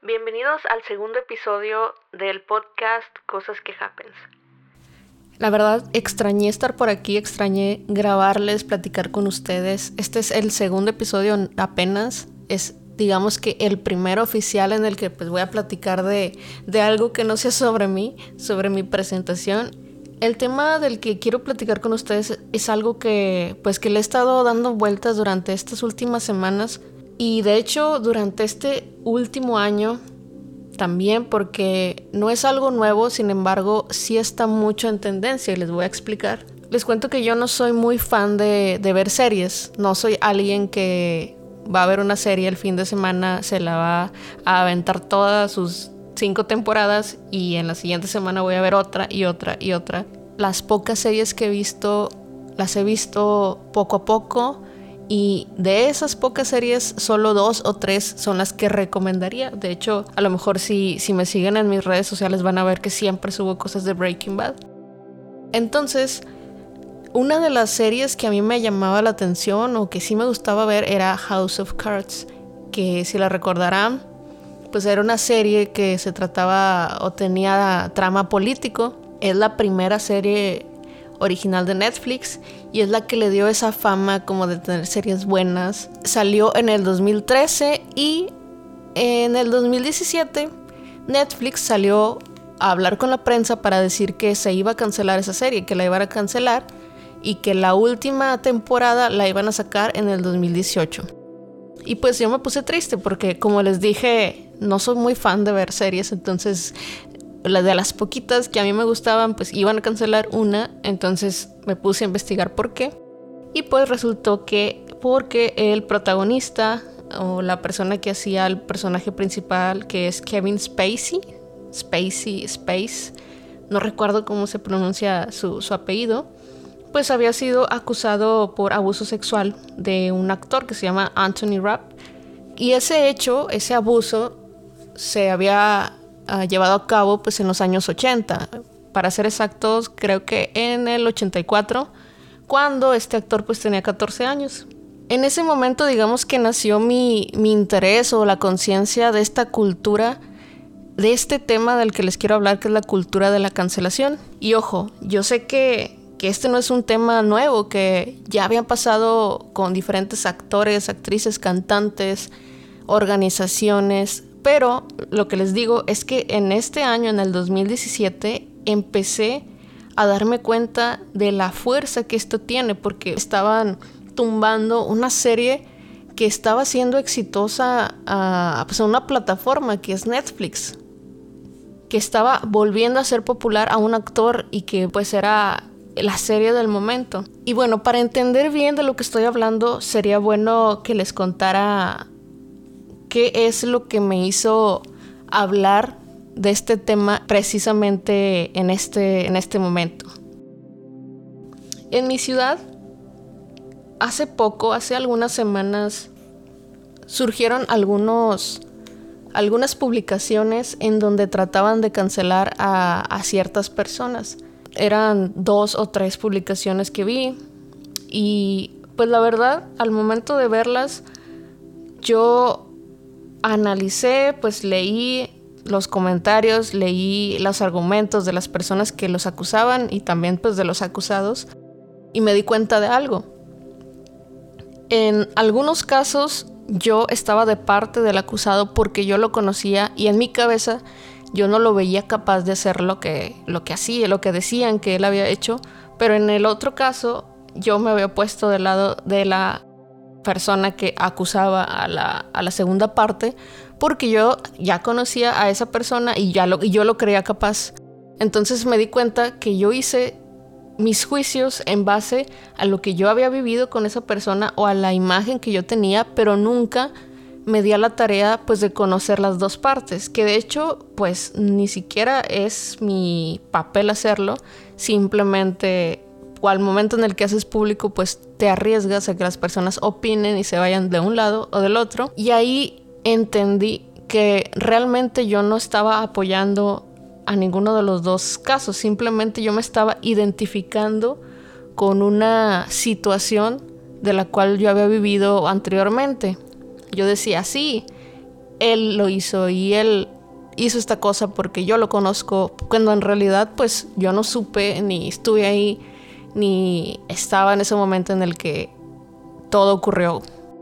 Bienvenidos al segundo episodio del podcast Cosas que Happens. La verdad, extrañé estar por aquí, extrañé grabarles, platicar con ustedes. Este es el segundo episodio apenas. Es, digamos que el primero oficial en el que pues voy a platicar de algo que no sea sobre mí, sobre mi presentación. El tema del que quiero platicar con ustedes es algo que le he estado dando vueltas durante estas últimas semanas. Y de hecho, durante este último año también, porque no es algo nuevo, sin embargo, sí está mucho en tendencia y les voy a explicar. Les cuento que yo no soy muy fan de ver series. No soy alguien que va a ver una serie el fin de semana, se la va a aventar todas sus 5 temporadas y en la siguiente semana voy a ver otra y otra y otra. Las pocas series que he visto, las he visto poco a poco. Y de esas pocas series, solo 2 o 3 son las que recomendaría. De hecho, a lo mejor si me siguen en mis redes sociales van a ver que siempre subo cosas de Breaking Bad. Entonces, una de las series que a mí me llamaba la atención o que sí me gustaba ver era House of Cards, que si la recordarán, pues era una serie que se trataba o tenía trama político. Es la primera serie original de Netflix y es la que le dio esa fama como de tener series buenas. Salió en el 2013 y en el 2017 Netflix salió a hablar con la prensa para decir que se iba a cancelar esa serie, que la iban a cancelar y que la última temporada la iban a sacar en el 2018. Y pues yo me puse triste porque, como les dije, no soy muy fan de ver series, entonces de las poquitas que a mí me gustaban, pues iban a cancelar una. Entonces me puse a investigar por qué. Y pues resultó que porque el protagonista o la persona que hacía el personaje principal, que es Kevin Spacey, no recuerdo cómo se pronuncia su apellido, pues había sido acusado por abuso sexual de un actor que se llama Anthony Rapp. Y ese hecho, ese abuso, se había llevado a cabo pues en los años 80. Para ser exactos, creo que en el 84, cuando este actor pues tenía 14 años. En ese momento, digamos que nació mi interés o la conciencia de esta cultura, de este tema del que les quiero hablar, que es la cultura de la cancelación. Y ojo, yo sé que este no es un tema nuevo, que ya habían pasado con diferentes actores, actrices, cantantes, organizaciones. Pero lo que les digo es que en este año, en el 2017, empecé a darme cuenta de la fuerza que esto tiene, porque estaban tumbando una serie que estaba siendo exitosa a una plataforma que es Netflix, que estaba volviendo a ser popular a un actor y que pues era la serie del momento. Y bueno, para entender bien de lo que estoy hablando, sería bueno que les contara qué es lo que me hizo hablar de este tema precisamente en este momento. En mi ciudad, hace algunas semanas, surgieron algunas publicaciones en donde trataban de cancelar a ciertas personas. Eran 2 o 3 publicaciones que vi y pues la verdad, al momento de verlas, yo analicé, pues leí los comentarios, leí los argumentos de las personas que los acusaban y también pues de los acusados, y me di cuenta de algo. En algunos casos yo estaba de parte del acusado porque yo lo conocía y en mi cabeza yo no lo veía capaz de hacer lo que hacía, lo que decían que él había hecho, pero en el otro caso yo me había puesto del lado de la persona que acusaba a la segunda parte, porque yo ya conocía a esa persona y yo lo creía capaz. Entonces me di cuenta que yo hice mis juicios en base a lo que yo había vivido con esa persona o a la imagen que yo tenía, pero nunca me di a la tarea pues de conocer las dos partes, que de hecho pues ni siquiera es mi papel hacerlo. Simplemente o al momento en el que haces público pues te arriesgas a que las personas opinen y se vayan de un lado o del otro. Y ahí entendí que realmente yo no estaba apoyando a ninguno de los dos casos, simplemente yo me estaba identificando con una situación de la cual yo había vivido anteriormente. Yo decía, sí, él lo hizo y él hizo esta cosa porque yo lo conozco, cuando en realidad pues yo no supe, ni estuve ahí, ni estaba en ese momento en el que todo ocurrió.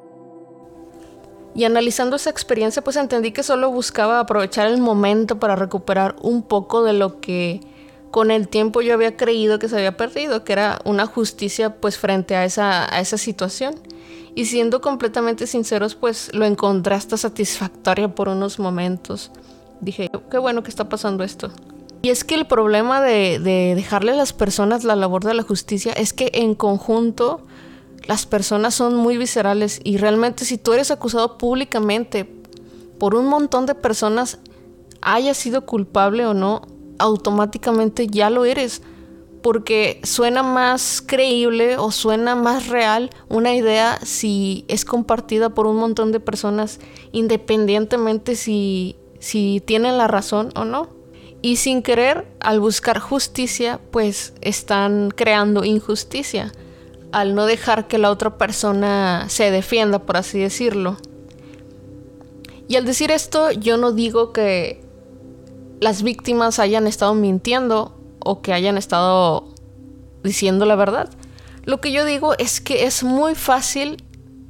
Y analizando esa experiencia pues entendí que solo buscaba aprovechar el momento para recuperar un poco de lo que con el tiempo yo había creído que se había perdido, que era una justicia pues frente a esa situación. Y siendo completamente sinceros, pues lo encontré hasta satisfactorio por unos momentos. Dije, qué bueno que está pasando esto. Y es que el problema de dejarle a las personas la labor de la justicia es que en conjunto las personas son muy viscerales y realmente si tú eres acusado públicamente por un montón de personas, haya sido culpable o no, automáticamente ya lo eres. Porque suena más creíble o suena más real una idea si es compartida por un montón de personas, independientemente si tienen la razón o no. Y sin querer, al buscar justicia, pues están creando injusticia, al no dejar que la otra persona se defienda, por así decirlo. Y al decir esto, yo no digo que las víctimas hayan estado mintiendo o que hayan estado diciendo la verdad. Lo que yo digo es que es muy fácil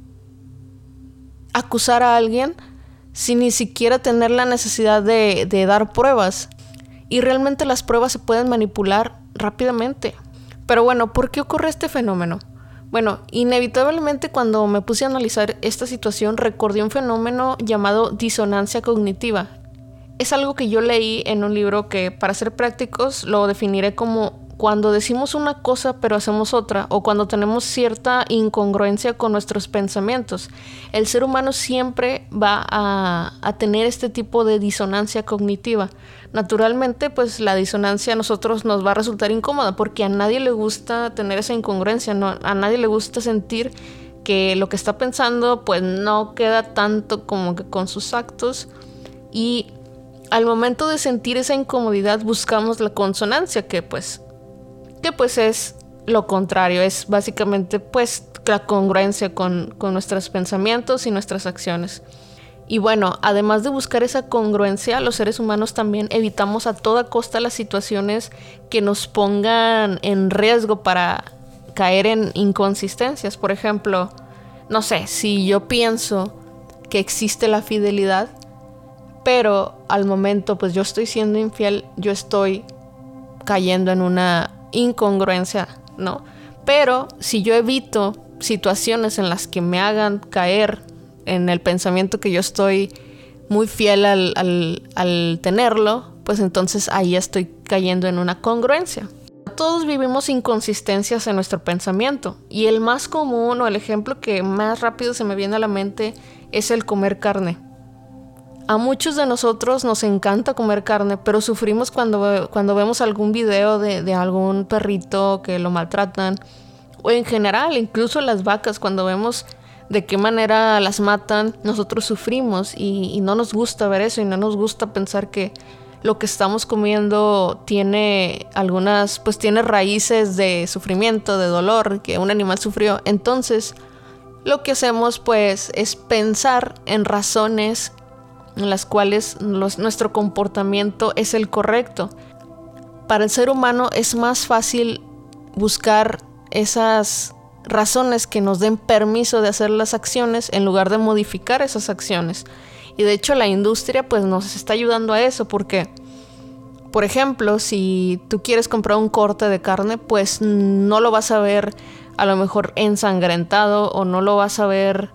acusar a alguien sin ni siquiera tener la necesidad de dar pruebas. Y realmente las pruebas se pueden manipular rápidamente. Pero bueno, ¿por qué ocurre este fenómeno? Bueno, inevitablemente cuando me puse a analizar esta situación recordé un fenómeno llamado disonancia cognitiva. Es algo que yo leí en un libro que, para ser prácticos, lo definiré como cuando decimos una cosa pero hacemos otra, o cuando tenemos cierta incongruencia con nuestros pensamientos. El ser humano siempre va a tener este tipo de disonancia cognitiva. Naturalmente, pues la disonancia a nosotros nos va a resultar incómoda porque a nadie le gusta tener esa incongruencia, no, a nadie le gusta sentir que lo que está pensando pues no queda tanto como que con sus actos, y al momento de sentir esa incomodidad buscamos la consonancia, que pues es lo contrario, es básicamente pues la congruencia con nuestros pensamientos y nuestras acciones. Y bueno, además de buscar esa congruencia, los seres humanos también evitamos a toda costa las situaciones que nos pongan en riesgo para caer en inconsistencias. Por ejemplo, no sé, si yo pienso que existe la fidelidad, pero al momento pues yo estoy siendo infiel, yo estoy cayendo en una incongruencia, ¿no? Pero si yo evito situaciones en las que me hagan caer en el pensamiento que yo estoy muy fiel al tenerlo, pues entonces ahí estoy cayendo en una congruencia. Todos vivimos inconsistencias en nuestro pensamiento, y el más común o el ejemplo que más rápido se me viene a la mente es el comer carne. A muchos de nosotros nos encanta comer carne, pero sufrimos cuando vemos algún video de algún perrito que lo maltratan, o en general, incluso las vacas, cuando vemos de qué manera las matan, nosotros sufrimos y no nos gusta ver eso, y no nos gusta pensar que lo que estamos comiendo tiene tiene raíces de sufrimiento, de dolor, que un animal sufrió. Entonces, lo que hacemos pues es pensar en razones en las cuales nuestro comportamiento es el correcto. Para el ser humano es más fácil buscar esas razones que nos den permiso de hacer las acciones en lugar de modificar esas acciones. Y de hecho la industria pues nos está ayudando a eso, porque por ejemplo, si tú quieres comprar un corte de carne, pues no lo vas a ver a lo mejor ensangrentado, o no lo vas a ver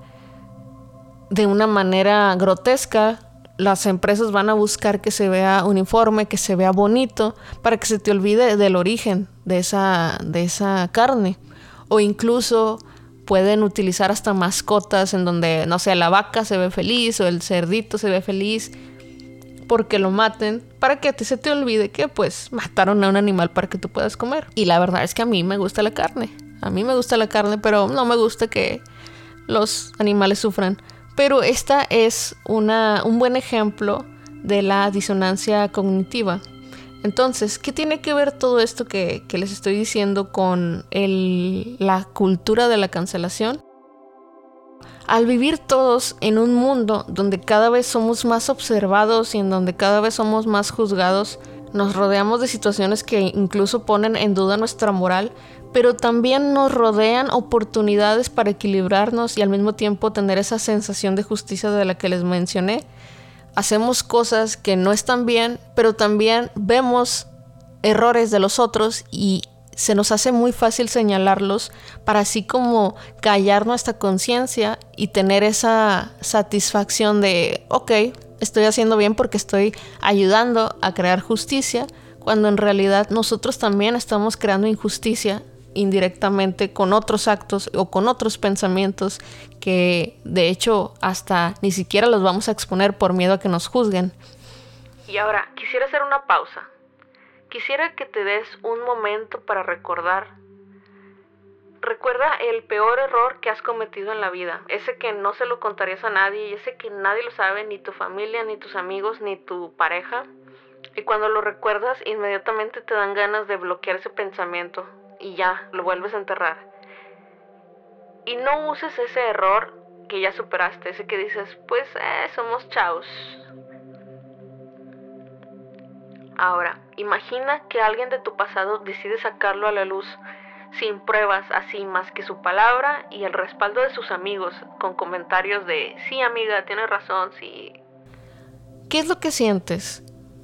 de una manera grotesca. Las empresas van a buscar que se vea uniforme, que se vea bonito, para que se te olvide del origen de esa carne. O incluso pueden utilizar hasta mascotas en donde, no sé, la vaca se ve feliz o el cerdito se ve feliz porque lo maten, para que a ti se te olvide que pues mataron a un animal para que tú puedas comer. Y la verdad es que a mí me gusta la carne. A mí me gusta la carne, pero no me gusta que los animales sufran. Pero esta es un buen ejemplo de la disonancia cognitiva. Entonces, ¿qué tiene que ver todo esto que les estoy diciendo con la cultura de la cancelación? Al vivir todos en un mundo donde cada vez somos más observados y en donde cada vez somos más juzgados, nos rodeamos de situaciones que incluso ponen en duda nuestra moral, pero también nos rodean oportunidades para equilibrarnos y al mismo tiempo tener esa sensación de justicia de la que les mencioné. Hacemos cosas que no están bien, pero también vemos errores de los otros y se nos hace muy fácil señalarlos para así como callar nuestra conciencia y tener esa satisfacción de, ok, estoy haciendo bien porque estoy ayudando a crear justicia, cuando en realidad nosotros también estamos creando injusticia indirectamente con otros actos o con otros pensamientos que de hecho hasta ni siquiera los vamos a exponer por miedo a que nos juzguen. Y ahora, quisiera hacer una pausa. Quisiera que te des un momento para recordar. Recuerda el peor error que has cometido en la vida, ese que no se lo contarías a nadie y ese que nadie lo sabe, ni tu familia, ni tus amigos, ni tu pareja. Y cuando lo recuerdas, inmediatamente te dan ganas de bloquear ese pensamiento y ya, lo vuelves a enterrar. Y no uses ese error que ya superaste, ese que dices, pues somos chavos. Ahora, imagina que alguien de tu pasado decide sacarlo a la luz, sin pruebas, así más que su palabra y el respaldo de sus amigos, con comentarios de, sí amiga, tienes razón, sí. ¿Qué es lo que sientes?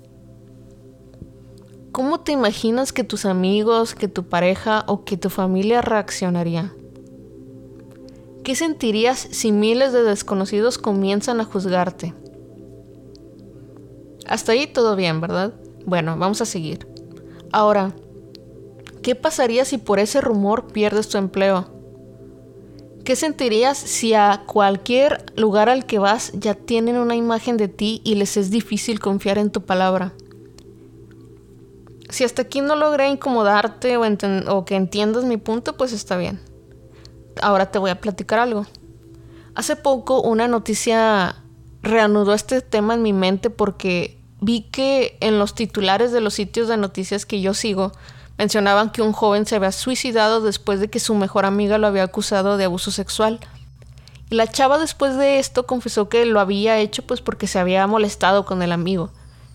¿Cómo te imaginas que tus amigos, que tu pareja o que tu familia reaccionaría? ¿Qué sentirías si miles de desconocidos comienzan a juzgarte? Hasta ahí todo bien, ¿verdad? Bueno, vamos a seguir. Ahora, ¿qué pasaría si por ese rumor pierdes tu empleo? ¿Qué sentirías si a cualquier lugar al que vas ya tienen una imagen de ti y les es difícil confiar en tu palabra? Si hasta aquí no logré incomodarte o que entiendas mi punto, pues está bien. Ahora te voy a platicar algo. Hace poco una noticia reanudó este tema en mi mente porque vi que en los titulares de los sitios de noticias que yo sigo mencionaban que un joven se había suicidado después de que su mejor amiga lo había acusado de abuso sexual. Y la chava después de esto confesó que lo había hecho pues porque se había molestado con el amigo.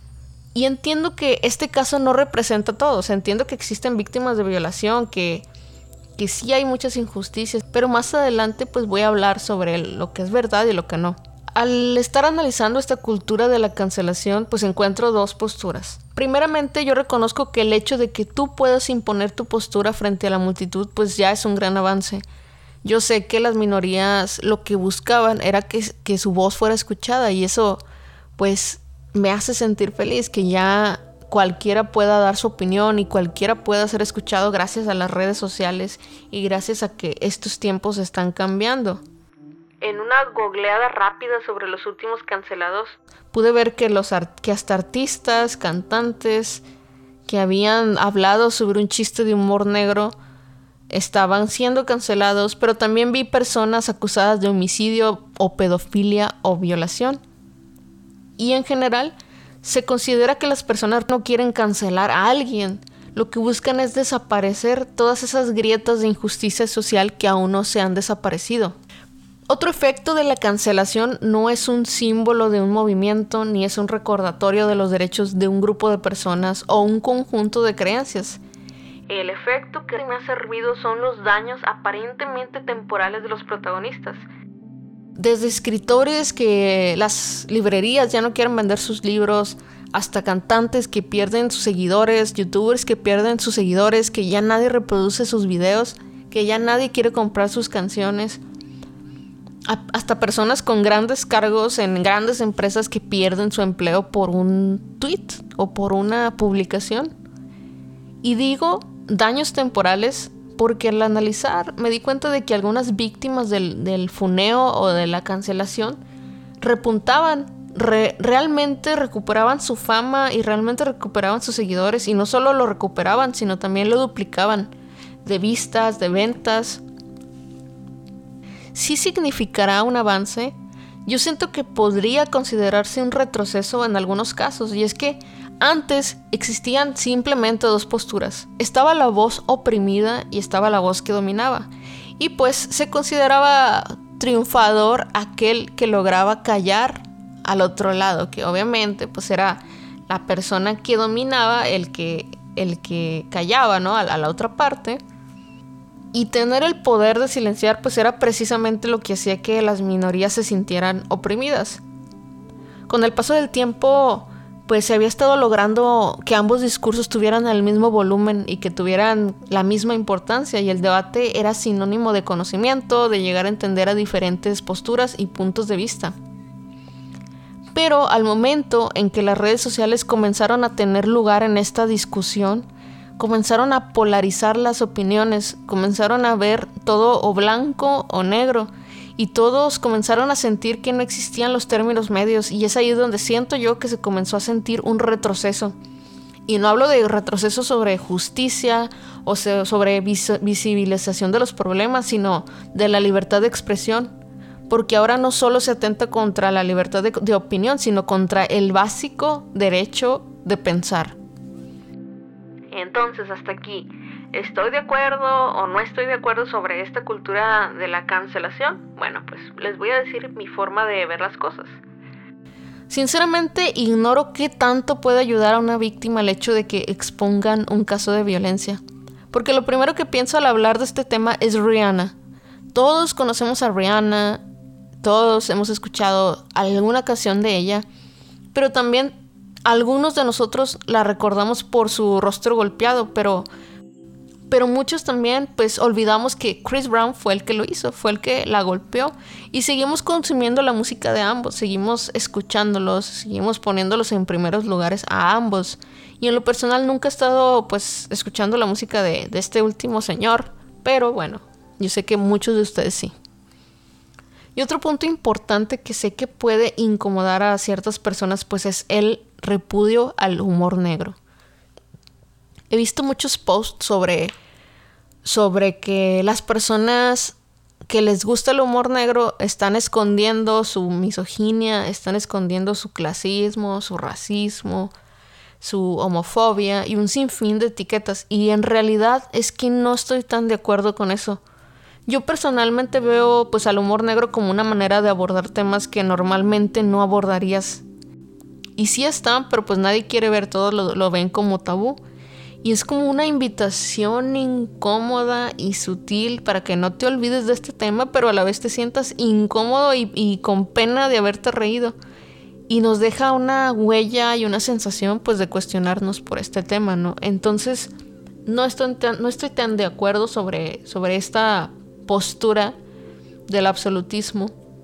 Y entiendo que este caso no representa todo. O sea, entiendo que existen víctimas de violación, que sí hay muchas injusticias, pero más adelante pues voy a hablar sobre lo que es verdad y lo que no. Al estar analizando esta cultura de la cancelación, pues encuentro dos posturas. Primeramente, yo reconozco que el hecho de que tú puedas imponer tu postura frente a la multitud, pues ya es un gran avance. Yo sé que las minorías lo que buscaban era que su voz fuera escuchada y eso, pues, me hace sentir feliz, que ya cualquiera pueda dar su opinión y cualquiera pueda ser escuchado gracias a las redes sociales y gracias a que estos tiempos están cambiando. En una googleada rápida sobre los últimos cancelados, pude ver que hasta artistas, cantantes que habían hablado sobre un chiste de humor negro estaban siendo cancelados, pero también vi personas acusadas de homicidio o pedofilia o violación. Y en general, se considera que las personas no quieren cancelar a alguien. Lo que buscan es desaparecer todas esas grietas de injusticia social que aún no se han desaparecido. Otro efecto de la cancelación no es un símbolo de un movimiento ni es un recordatorio de los derechos de un grupo de personas o un conjunto de creencias. El efecto que me ha servido son los daños aparentemente temporales de los protagonistas. Desde escritores que las librerías ya no quieren vender sus libros, hasta cantantes que pierden sus seguidores, youtubers que pierden sus seguidores, que ya nadie reproduce sus videos, que ya nadie quiere comprar sus canciones. Hasta personas con grandes cargos en grandes empresas que pierden su empleo por un tweet o por una publicación. Y digo daños temporales porque al analizar me di cuenta de que algunas víctimas del funeo o de la cancelación repuntaban, realmente recuperaban su fama y realmente recuperaban sus seguidores, y no solo lo recuperaban, sino también lo duplicaban de vistas, de ventas. Sí significará un avance. Yo siento que podría considerarse un retroceso en algunos casos, y es que antes existían simplemente dos posturas. Estaba la voz oprimida y estaba la voz que dominaba. Y pues se consideraba triunfador aquel que lograba callar al otro lado, que obviamente pues era la persona que dominaba, el que callaba, ¿no? a la otra parte. Y tener el poder de silenciar pues era precisamente lo que hacía que las minorías se sintieran oprimidas. Con el paso del tiempo pues se había estado logrando que ambos discursos tuvieran el mismo volumen y que tuvieran la misma importancia, y el debate era sinónimo de conocimiento, de llegar a entender a diferentes posturas y puntos de vista. Pero al momento en que las redes sociales comenzaron a tener lugar en esta discusión, comenzaron a polarizar las opiniones, comenzaron a ver todo o blanco o negro, y todos comenzaron a sentir que no existían los términos medios, y es ahí donde siento yo que se comenzó a sentir un retroceso. Y no hablo de retroceso sobre justicia o sobre visibilización de los problemas, sino de la libertad de expresión. Porque ahora no solo se atenta contra la libertad de opinión, sino contra el básico derecho de pensar. Entonces, hasta aquí, ¿estoy de acuerdo o no estoy de acuerdo sobre esta cultura de la cancelación? Bueno, pues les voy a decir mi forma de ver las cosas. Sinceramente, ignoro qué tanto puede ayudar a una víctima el hecho de que expongan un caso de violencia. Porque lo primero que pienso al hablar de este tema es Rihanna. Todos conocemos a Rihanna, todos hemos escuchado alguna canción de ella, pero también algunos de nosotros la recordamos por su rostro golpeado, pero muchos también pues olvidamos que Chris Brown fue el que lo hizo, fue el que la golpeó, y seguimos consumiendo la música de ambos, seguimos escuchándolos, seguimos poniéndolos en primeros lugares a ambos. Y en lo personal nunca he estado pues escuchando la música de este último señor, pero bueno, yo sé que muchos de ustedes sí. Y otro punto importante que sé que puede incomodar a ciertas personas pues es el repudio al humor negro. He visto muchos posts sobre que las personas que les gusta el humor negro están escondiendo su misoginia, están escondiendo su clasismo, su racismo, su homofobia y un sinfín de etiquetas. Y en realidad es que no estoy tan de acuerdo con eso. Yo personalmente veo pues al humor negro como una manera de abordar temas que normalmente no abordarías. Y sí están, pero pues nadie quiere ver todo, lo ven como tabú. Y es como una invitación incómoda y sutil para que no te olvides de este tema, pero a la vez te sientas incómodo y con pena de haberte reído. Y nos deja una huella y una sensación pues de cuestionarnos por este tema, ¿no? Entonces no estoy tan de acuerdo sobre esta postura del absolutismo.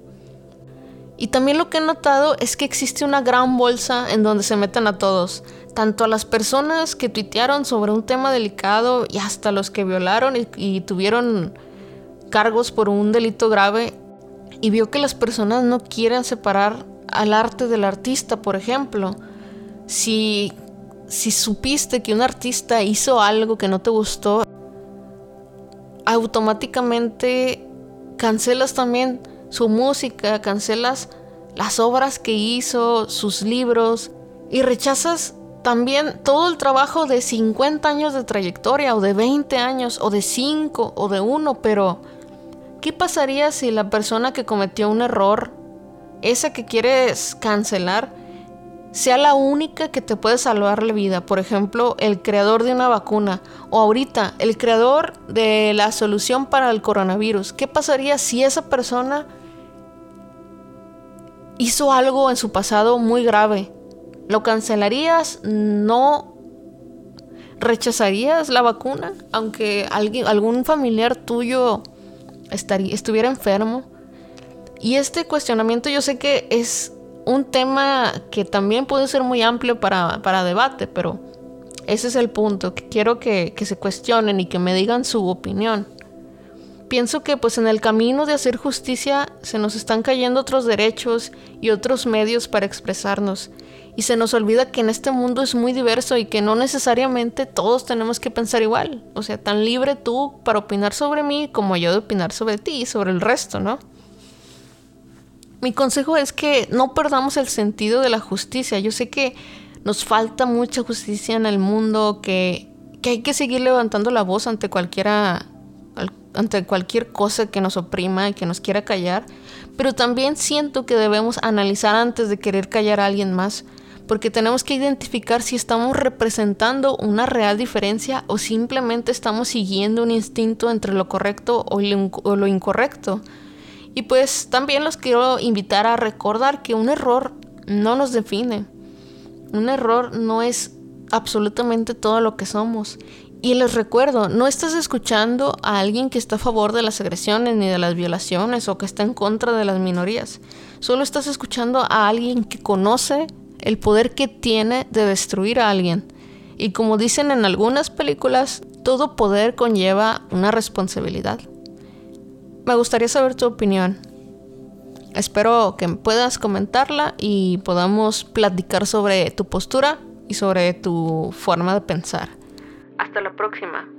Y también lo que he notado es que existe una gran bolsa en donde se meten a todos, tanto a las personas que tuitearon sobre un tema delicado y hasta los que violaron y tuvieron cargos por un delito grave. Y veo que las personas no quieren separar al arte del artista, por ejemplo. Si supiste que un artista hizo algo que no te gustó, automáticamente cancelas también su música, cancelas las obras que hizo, sus libros, y rechazas también todo el trabajo de 50 años de trayectoria, o de 20 años, o de 5, o de 1, pero ¿qué pasaría si la persona que cometió un error, esa que quieres cancelar, sea la única que te puede salvar la vida? Por ejemplo, el creador de una vacuna, o ahorita el creador de la solución para el coronavirus. ¿Qué pasaría si esa persona hizo algo en su pasado muy grave? ¿Lo cancelarías? ¿No rechazarías la vacuna? Aunque algún familiar tuyo estuviera enfermo. Y este cuestionamiento yo sé que es un tema que también puede ser muy amplio para debate, pero ese es el punto, que quiero que se cuestionen y que me digan su opinión. Pienso que pues en el camino de hacer justicia se nos están cayendo otros derechos y otros medios para expresarnos, y se nos olvida que en este mundo es muy diverso y que no necesariamente todos tenemos que pensar igual. O sea, tan libre tú para opinar sobre mí como yo de opinar sobre ti y sobre el resto, ¿no? Mi consejo es que no perdamos el sentido de la justicia. Yo sé que nos falta mucha justicia en el mundo, que hay que seguir levantando la voz ante cualquier ante cualquier cosa que nos oprima y que nos quiera callar, pero también siento que debemos analizar antes de querer callar a alguien más, porque tenemos que identificar si estamos representando una real diferencia o simplemente estamos siguiendo un instinto entre lo correcto o lo incorrecto. Y pues también los quiero invitar a recordar que un error no nos define. Un error no es absolutamente todo lo que somos. Y les recuerdo, no estás escuchando a alguien que está a favor de las agresiones ni de las violaciones o que está en contra de las minorías. Solo estás escuchando a alguien que conoce el poder que tiene de destruir a alguien. Y como dicen en algunas películas, todo poder conlleva una responsabilidad. Me gustaría saber tu opinión. Espero que puedas comentarla y podamos platicar sobre tu postura y sobre tu forma de pensar. Hasta la próxima.